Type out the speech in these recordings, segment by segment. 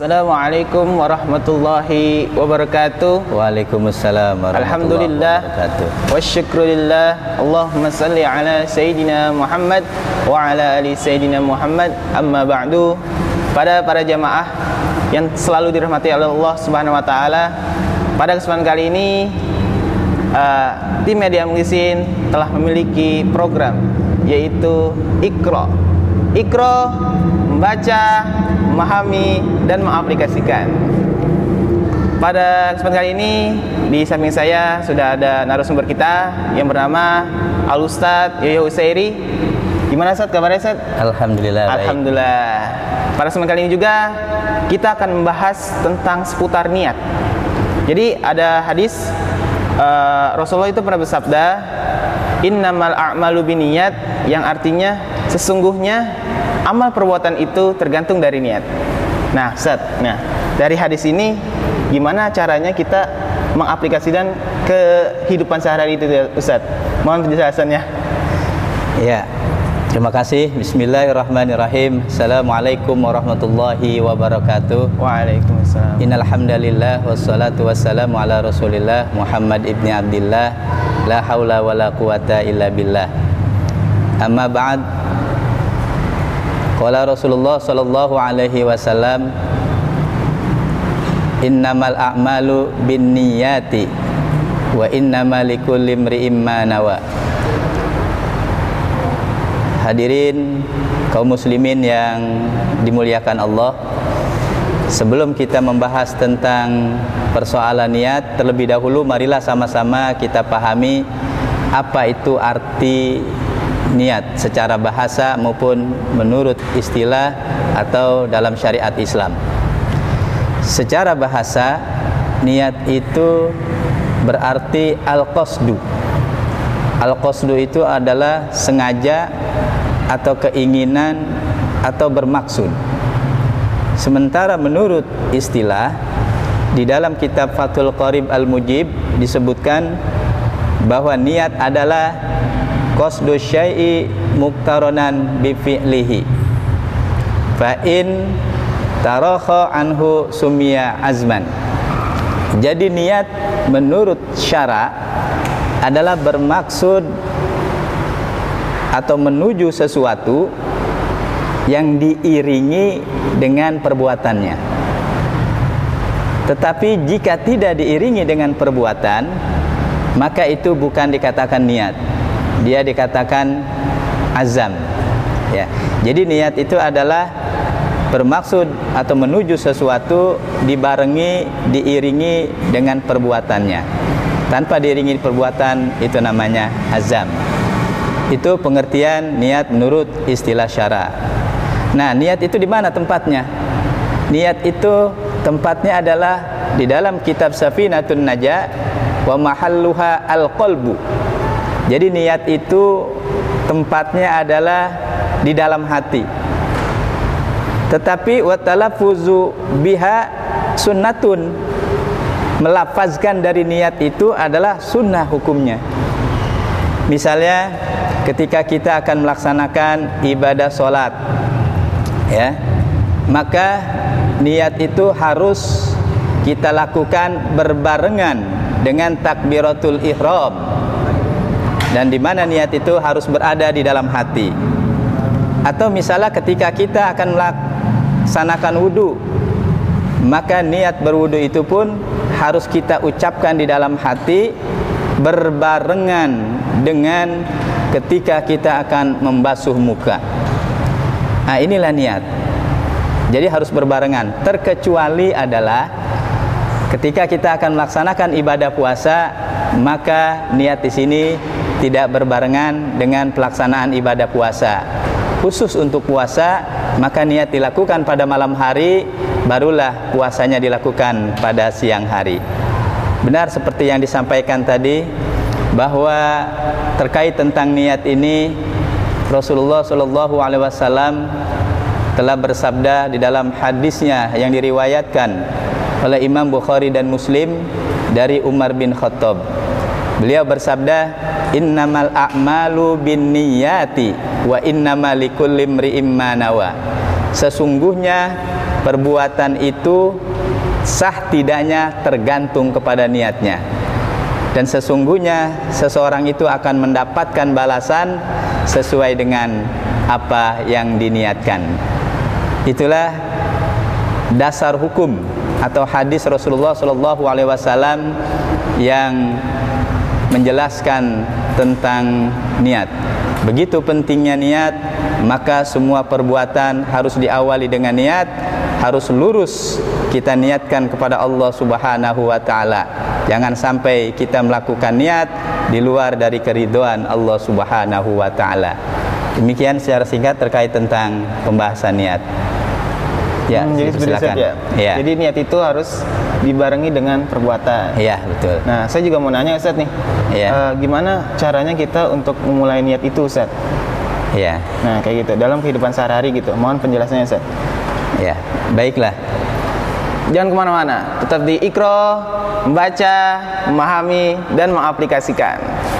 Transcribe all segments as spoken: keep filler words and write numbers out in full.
Assalamualaikum warahmatullahi wabarakatuh. Waalaikumsalam warahmatullahi wabarakatuh. Wasyukrulillah. Allahumma salli ala Sayyidina Muhammad wa ala ali Sayyidina Muhammad. Amma ba'du. Pada para jamaah yang selalu dirahmati oleh Allah Subhanahu wa taala, pada kesempatan kali ini uh, tim Media Muhsin telah memiliki program yaitu Iqra. Iqra membaca, memahami dan mengaplikasikan. Pada kesempatan kali ini di samping saya sudah ada narasumber kita yang bernama Al Ustadz Yoyo Usairi. Gimana Ustadz kabarnya Ustadz? Alhamdulillah. Alhamdulillah. Baik. Pada kesempatan kali ini juga kita akan membahas tentang seputar niat. Jadi ada hadis uh, Rasulullah itu pernah bersabda, innamal a'malu binniyat, yang artinya sesungguhnya amal perbuatan itu tergantung dari niat. Nah, Ustaz, nah dari hadis ini gimana caranya kita mengaplikasikan ke kehidupan sehari-hari itu, Ustaz? Mohon penjelasannya. Ya, terima kasih. Bismillahirrahmanirrahim. Assalamualaikum warahmatullahi wabarakatuh. Waalaikumsalam. Innal hamdalillah wassalatu wassalamu ala Rasulillah Muhammad ibni Abdillah. La haula wala quwata illa billah. Amma ba'd. Qala Rasulullah sallallahu alaihi wasallam, innamal a'malu binniyati wa innamal likulli imri'in ma nawa. Hadirin kaum muslimin yang dimuliakan Allah, sebelum kita membahas tentang persoalan niat, terlebih dahulu marilah sama-sama kita pahami apa itu arti niat secara bahasa maupun menurut istilah atau dalam syariat Islam. Secara bahasa, niat itu berarti al-qasdu. Al-qasdu itu adalah sengaja atau keinginan atau bermaksud. Sementara menurut istilah, di dalam kitab Fathul Qarib Al-Mujib disebutkan bahwa niat adalah qasdu syai'i muqtaranan bi fi'lihi fa in tarakha anhu summiya azman. Jadi niat menurut syara adalah bermaksud atau menuju sesuatu yang diiringi dengan perbuatannya. Tetapi jika tidak diiringi dengan perbuatan, maka itu bukan dikatakan niat, dia dikatakan azam. Ya. Jadi niat itu adalah bermaksud atau menuju sesuatu dibarengi, diiringi dengan perbuatannya. Tanpa diiringi perbuatan itu namanya azam. Itu pengertian niat menurut istilah syara. Nah, niat itu di mana tempatnya? Niat itu tempatnya adalah di dalam kitab Safinatun Najah, wa mahalluha al-qalbu. Jadi niat itu tempatnya adalah di dalam hati. Tetapi wa talaffuzu biha sunnatun. Melafazkan dari niat itu adalah sunnah hukumnya. Misalnya ketika kita akan melaksanakan ibadah sholat, ya, maka niat itu harus kita lakukan berbarengan dengan takbiratul ihram, dan di mana niat itu harus berada di dalam hati. Atau misalnya ketika kita akan melaksanakan wudu, maka niat berwudu itu pun harus kita ucapkan di dalam hati berbarengan dengan ketika kita akan membasuh muka. Nah, inilah niat. Jadi harus berbarengan. Terkecuali adalah ketika kita akan melaksanakan ibadah puasa, maka niat di sini tidak berbarengan dengan pelaksanaan ibadah puasa. Khusus untuk puasa, maka niat dilakukan pada malam hari, barulah puasanya dilakukan pada siang hari. Benar seperti yang disampaikan tadi, bahwa terkait tentang niat ini Rasulullah shallallahu alaihi wasallam telah bersabda di dalam hadisnya yang diriwayatkan oleh Imam Bukhari dan Muslim dari Umar bin Khattab. Beliau bersabda, innamal a'malu binniyati wa innamal likulli imri'in ma nawa. Sesungguhnya perbuatan itu sah tidaknya tergantung kepada niatnya. Dan sesungguhnya seseorang itu akan mendapatkan balasan sesuai dengan apa yang diniatkan. Itulah dasar hukum atau hadis Rasulullah shallallahu alaihi wasallam yang menjelaskan tentang niat. Begitu pentingnya niat, maka semua perbuatan harus diawali dengan niat, harus lurus kita niatkan kepada Allah Subhanahu wa taala. Jangan sampai kita melakukan niat di luar dari keridhaan Allah Subhanahu wa taala. Demikian secara singkat terkait tentang pembahasan niat. Ya, hmm, jadi silakan. Ya. Ya. Jadi niat itu harus dibarengi dengan perbuatan. Iya, betul. Nah, saya juga mau nanya Ustaz nih. Ya. Uh, gimana caranya kita untuk memulai niat itu, Ustaz? Iya. Nah, kayak gitu dalam kehidupan sehari-hari gitu. Mohon penjelasannya, Ustaz. Ya, baiklah. Jangan kemana-mana. Tetap di Iqra, membaca, memahami, dan mengaplikasikan.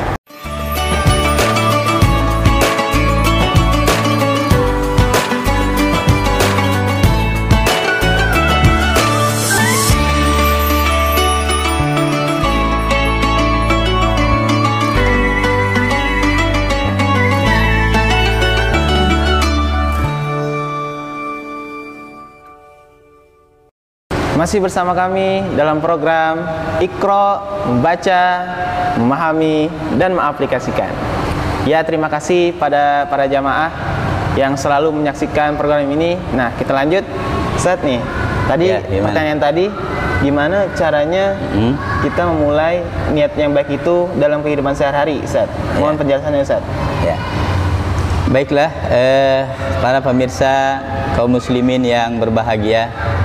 Masih bersama kami dalam program Iqra, membaca, memahami, dan mengaplikasikan. Ya, terima kasih pada para jamaah yang selalu menyaksikan program ini. Nah, kita lanjut. Ustaz nih, tadi ya, pertanyaan tadi, gimana caranya hmm? kita memulai niat yang baik itu dalam kehidupan sehari-hari, Ustaz? Mohon ya. penjelasannya, Ustaz. Ya. Baiklah, eh, para pemirsa kaum muslimin yang berbahagia.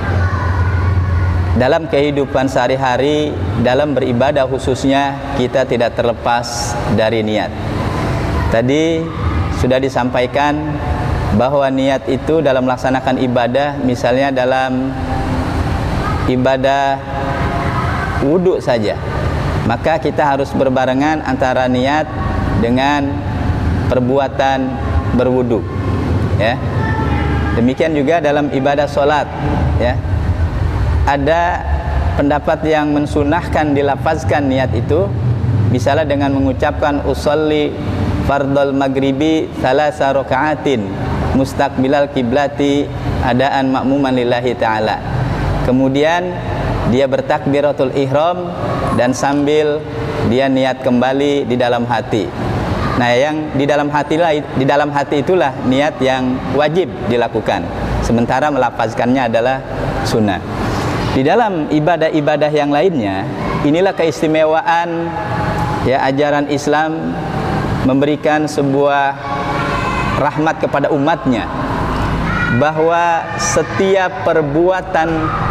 Dalam kehidupan sehari-hari, dalam beribadah khususnya, kita tidak terlepas dari niat. Tadi sudah disampaikan bahwa niat itu dalam melaksanakan ibadah, misalnya dalam ibadah wudhu saja, maka kita harus berbarengan antara niat dengan perbuatan berwudhu. Ya. Demikian juga dalam ibadah sholat, ya. Ada pendapat yang mensunahkan dilafazkan niat itu, misalnya dengan mengucapkan usolli fardhol maghribi thalasa raka'atin mustaqbilal kiblati adaan makmuman lillahi ta'ala. Kemudian dia bertakbiratul ihram dan sambil dia niat kembali di dalam hati. Nah, yang di dalam hati di dalam hati itulah niat yang wajib dilakukan, sementara melafazkannya adalah sunnah. Di dalam ibadah-ibadah yang lainnya, inilah keistimewaan ya ajaran Islam memberikan sebuah rahmat kepada umatnya, bahwa setiap perbuatan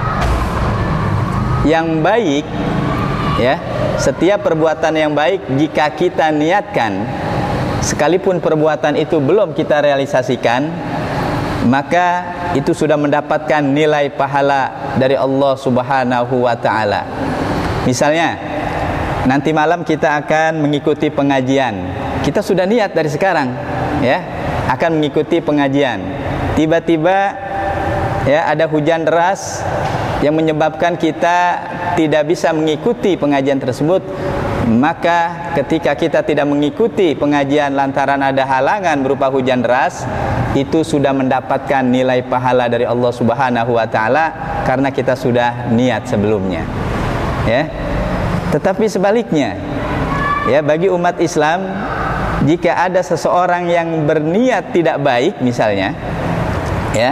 yang baik, ya, setiap perbuatan yang baik jika kita niatkan, sekalipun perbuatan itu belum kita realisasikan, maka itu sudah mendapatkan nilai pahala dari Allah Subhanahu wa ta'ala. Misalnya, nanti malam kita akan mengikuti pengajian. Kita sudah niat dari sekarang, ya, akan mengikuti pengajian. Tiba-tiba ya ada hujan deras yang menyebabkan kita tidak bisa mengikuti pengajian tersebut. Maka ketika kita tidak mengikuti pengajian lantaran ada halangan berupa hujan deras, itu sudah mendapatkan nilai pahala dari Allah Subhanahu wa ta'ala karena kita sudah niat sebelumnya, ya. Tetapi sebaliknya, ya, bagi umat Islam, jika ada seseorang yang berniat tidak baik misalnya, ya,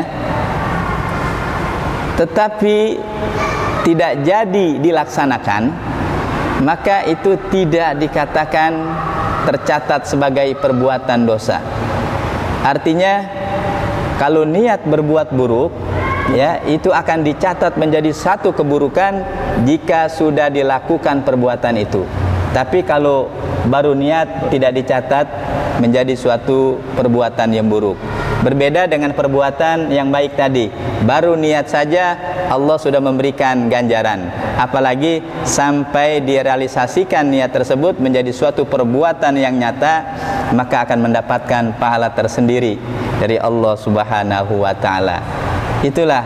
tetapi tidak jadi dilaksanakan, maka itu tidak dikatakan tercatat sebagai perbuatan dosa. Artinya, kalau niat berbuat buruk, ya, itu akan dicatat menjadi satu keburukan jika sudah dilakukan perbuatan itu. Tapi kalau baru niat, tidak dicatat menjadi suatu perbuatan yang buruk. Berbeda dengan perbuatan yang baik tadi, baru niat saja Allah sudah memberikan ganjaran, apalagi sampai direalisasikan niat tersebut menjadi suatu perbuatan yang nyata, maka akan mendapatkan pahala tersendiri dari Allah Subhanahu wa ta'ala. Itulah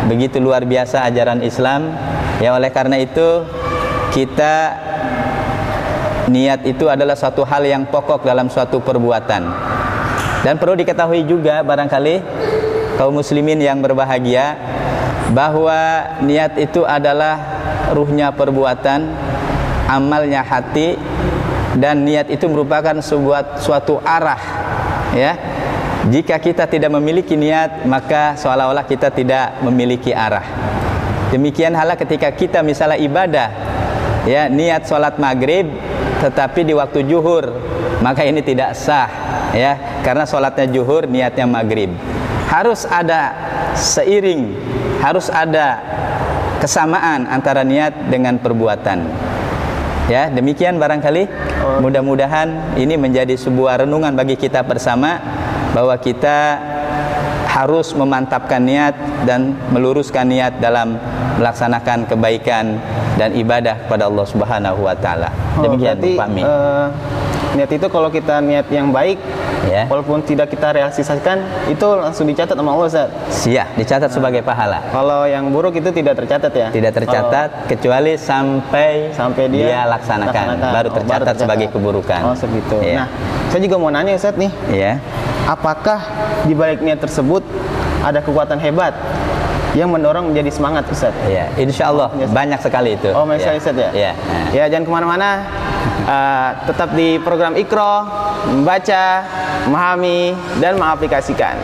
begitu luar biasa ajaran Islam. Ya, oleh karena itu kita, niat itu adalah suatu hal yang pokok dalam suatu perbuatan. Dan perlu diketahui juga barangkali kaum muslimin yang berbahagia, bahwa niat itu adalah ruhnya perbuatan, amalnya hati, dan niat itu merupakan sebuah suatu arah. Ya, jika kita tidak memiliki niat, maka seolah-olah kita tidak memiliki arah. Demikian halnya ketika kita misalnya ibadah, ya, niat sholat maghrib tetapi di waktu zuhur, maka ini tidak sah, ya, karena sholatnya zuhur, niatnya maghrib. Harus ada seiring, harus ada kesamaan antara niat dengan perbuatan. Ya, demikian barangkali. Mudah-mudahan ini menjadi sebuah renungan bagi kita bersama, bahwa kita harus memantapkan niat dan meluruskan niat dalam melaksanakan kebaikan dan ibadah kepada Allah Subhanahu wa taala. Demikian, oh, Pak Mi. Uh, niat itu kalau kita niat yang baik, ya, walaupun tidak kita realisasikan, itu langsung dicatat sama Allah, Ustaz. Iya, dicatat nah, sebagai pahala. Kalau yang buruk itu tidak tercatat, ya? Tidak tercatat, oh, kecuali sampai sampai dia, dia laksanakan, laksanakan. Baru, tercatat oh, baru tercatat sebagai keburukan. Oh, segitu. Ya. Nah, saya juga mau nanya, Ustaz, nih. Iya. Apakah di balik niat tersebut ada kekuatan hebat yang mendorong menjadi semangat, Ustaz? Iya, insya Allah oh, banyak sekali itu. Oh, banyak sekali, Ustaz, ya? Iya. Ya, jangan kemana-mana. Uh, tetap di program Iqra, membaca, memahami, dan mengaplikasikan.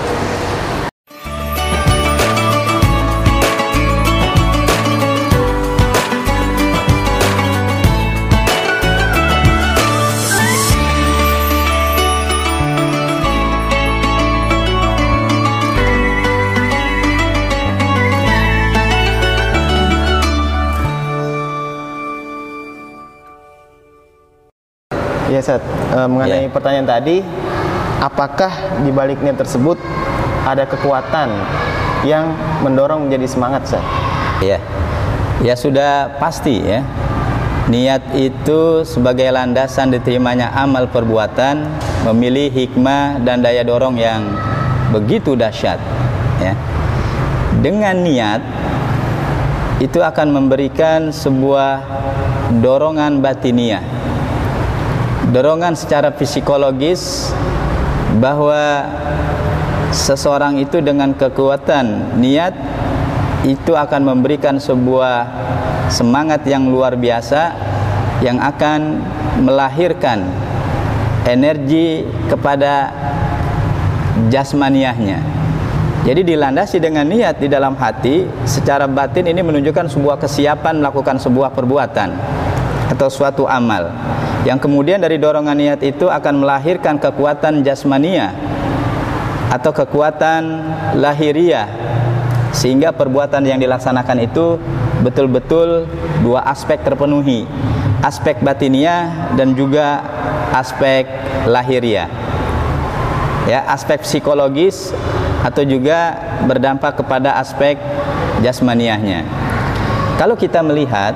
Ya, Ustaz, e, mengenai ya. pertanyaan tadi, apakah di balik niat tersebut ada kekuatan yang mendorong menjadi semangat, Ustaz? Ya, ya sudah pasti, ya. Niat itu sebagai landasan diterimanya amal perbuatan, memiliki hikmah dan daya dorong yang begitu dahsyat. Ya. Dengan niat itu akan memberikan sebuah dorongan batiniah, dorongan secara psikologis, bahwa seseorang itu dengan kekuatan niat itu akan memberikan sebuah semangat yang luar biasa yang akan melahirkan energi kepada jasmaniahnya. Jadi dilandasi dengan niat di dalam hati, secara batin ini menunjukkan sebuah kesiapan melakukan sebuah perbuatan atau suatu amal, yang kemudian dari dorongan niat itu akan melahirkan kekuatan jasmania atau kekuatan lahiriah, sehingga perbuatan yang dilaksanakan itu betul-betul dua aspek terpenuhi, aspek batiniah dan juga aspek lahiriah. Ya, aspek psikologis atau juga berdampak kepada aspek jasmaniahnya. Kalau kita melihat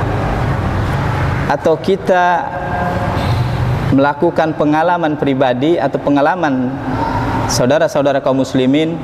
atau kita melakukan pengalaman pribadi atau pengalaman saudara-saudara kaum muslimin,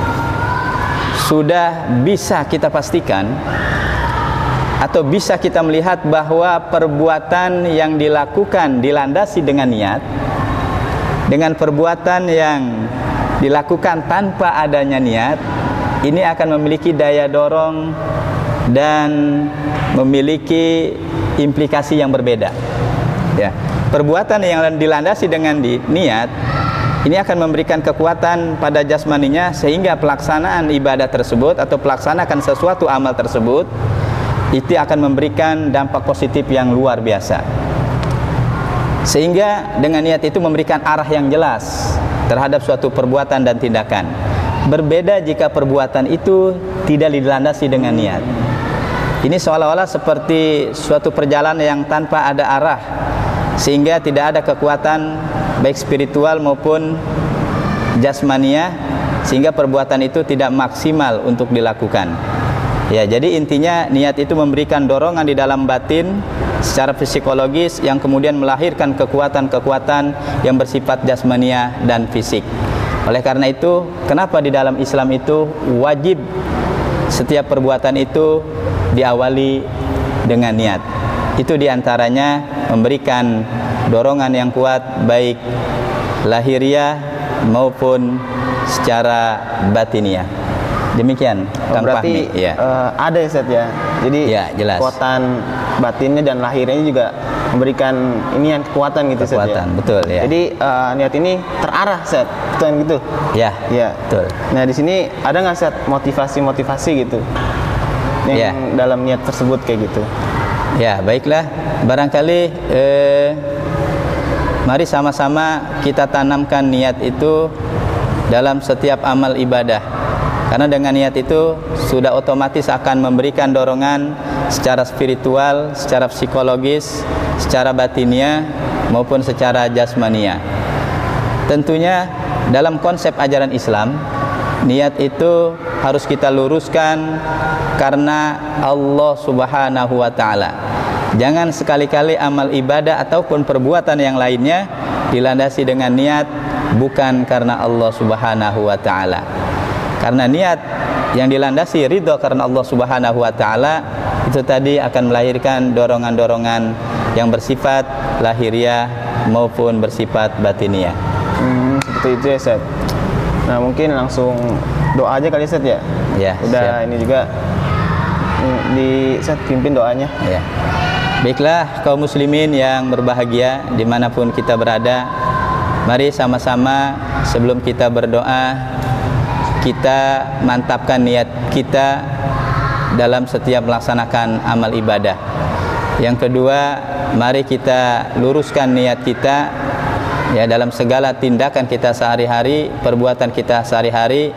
sudah bisa kita pastikan atau bisa kita melihat bahwa perbuatan yang dilakukan dilandasi dengan niat, dengan perbuatan yang dilakukan tanpa adanya niat, ini akan memiliki daya dorong dan memiliki implikasi yang berbeda. Ya, perbuatan yang dilandasi dengan di, niat ini akan memberikan kekuatan pada jasmaninya, sehingga pelaksanaan ibadah tersebut atau pelaksanaan sesuatu amal tersebut itu akan memberikan dampak positif yang luar biasa. Sehingga dengan niat itu memberikan arah yang jelas terhadap suatu perbuatan dan tindakan. Berbeda jika perbuatan itu tidak dilandasi dengan niat. Ini seolah-olah seperti suatu perjalanan yang tanpa ada arah, sehingga tidak ada kekuatan baik spiritual maupun jasmania, sehingga perbuatan itu tidak maksimal untuk dilakukan. Ya, jadi intinya niat itu memberikan dorongan di dalam batin secara psikologis yang kemudian melahirkan kekuatan-kekuatan yang bersifat jasmania dan fisik. Oleh karena itu, kenapa di dalam Islam itu wajib setiap perbuatan itu diawali dengan niat. Itu diantaranya memberikan dorongan yang kuat baik lahiriah maupun secara batiniah. Demikian oh, Kang berarti, Fahmi. Ya. Uh, ada ya Ustaz ya. Jadi ya, jelas. kekuatan batinnya dan lahirnya juga memberikan ini yang kekuatan gitu Ustaz ya. Kekuatan, betul ya. Jadi uh, niat ini terarah Ustaz, betul gitu. Ya. Ya. Betul. Nah, di sini ada nggak Ustaz motivasi-motivasi gitu yang ya. dalam niat tersebut kayak gitu? Ya, baiklah. Barangkali eh, mari sama-sama kita tanamkan niat itu dalam setiap amal ibadah. Karena dengan niat itu sudah otomatis akan memberikan dorongan secara spiritual, secara psikologis, secara batinia maupun secara jasmania. Tentunya dalam konsep ajaran Islam, niat itu harus kita luruskan karena Allah Subhanahu wa taala. Jangan sekali-kali amal ibadah ataupun perbuatan yang lainnya dilandasi dengan niat bukan karena Allah Subhanahu wa taala. Karena niat yang dilandasi ridho karena Allah Subhanahu wa taala itu tadi akan melahirkan dorongan-dorongan yang bersifat lahiriah maupun bersifat batiniah. Hmm, seperti itu ya Ustaz. Nah, mungkin langsung doa aja kali Ustaz ya. Ya, udah siap. Ini juga di Ustaz pimpin doanya. Ya. Baiklah kaum muslimin yang berbahagia dimanapun kita berada, mari sama-sama sebelum kita berdoa kita mantapkan niat kita dalam setiap melaksanakan amal ibadah. Yang kedua, mari kita luruskan niat kita ya dalam segala tindakan kita sehari-hari, perbuatan kita sehari-hari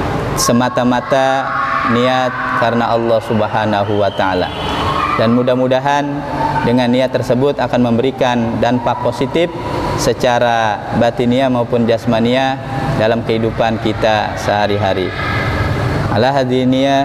semata-mata niat karena Allah Subhanahu wa taala. Dan mudah-mudahan dengan niat tersebut akan memberikan dampak positif secara batiniah maupun jasmania dalam kehidupan kita sehari-hari. Ala hadiniyah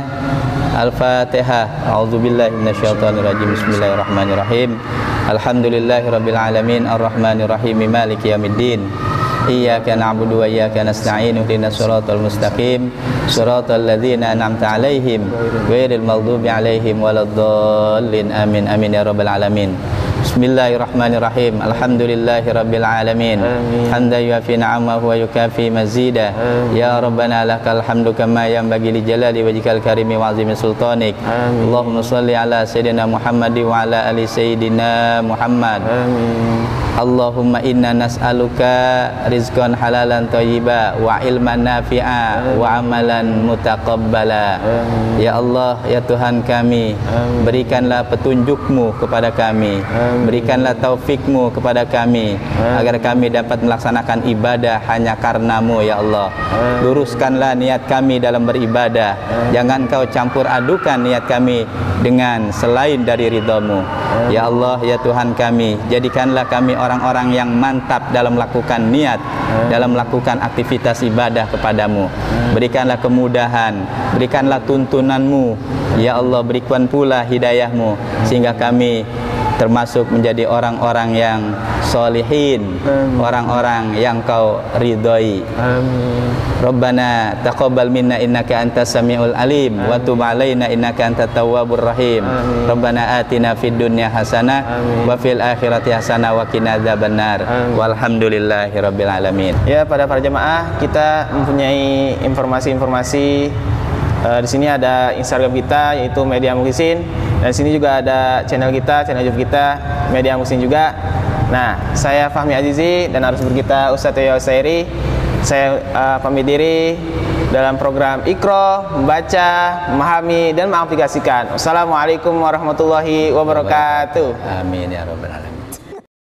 Al-Fatihah. A'udzubillahi minasyaitonirrajim. Bismillahirrahmanirrahim. Alhamdulillahirabbil alamin arrahmanirrahim maliki yaumiddin. Iyyaka na'budu wa iyyaka nasta'in ihdinas siratal mustaqim siratal ladzina an'amta 'alaihim ghairil maghdubi 'alaihim waladdallin. Amin amin ya rabbal alamin. Bismillahirrahmanirrahim. Alhamdulillahirabbil alamin. Hamdan yuafi ni'amahu wa yukafi mazida. Ya rabbana lakal hamdu kama yanbaghi li jalali wajhikal karimi wa 'azimi sultanik. Amin. Allahumma shalli ala sayyidina Muhammad wa ala ali sayyidina Muhammad. Amin. Allahumma inna nas'aluka rizqan halalan thayyiba wa ilman nafi'a wa amalan mutaqabbala. Ya Allah, ya Tuhan kami, Amin. Berikanlah petunjuk-Mu kepada kami. Amin. Berikanlah taufik-Mu kepada kami. Amin. Agar kami dapat melaksanakan ibadah hanya karena-Mu ya Allah. Amin. Luruskanlah niat kami dalam beribadah. Amin. Jangan Kau campur adukan niat kami dengan selain dari ridha-Mu. Amin. Ya Allah, ya Tuhan kami, jadikanlah kami orang-orang yang mantap dalam melakukan niat, Amin. Dalam melakukan aktivitas ibadah kepadamu. Amin. Berikanlah kemudahan, berikanlah tuntunan-Mu ya Allah, berikan pula hidayah-Mu sehingga kami termasuk menjadi orang-orang yang solihin, orang-orang yang Kau ridhoi. Amin. Rabbana taqabbal minna innaka antas samiul alim wa tub alaina innaka antat tawwabur rahim. Amin. Rabbana atina fid dunya hasanah Amin. Wa fil akhirati hasanah wa qina adzabannar. Walhamdulillahi rabbil alamin. Ya, pada para jemaah, kita mempunyai informasi-informasi. Uh, di sini ada Instagram kita yaitu Media Muhsin, dan di sini juga ada channel kita, channel YouTube kita Media Muhsin juga. Nah, saya Fahmi Azizi dan harus kita Ustadz Yoyo Sairi. Saya uh, pamit diri dalam program Iqra, membaca, memahami dan mengaplikasikan. Wassalamualaikum warahmatullahi wabarakatuh. Amin ya rabbal alamin.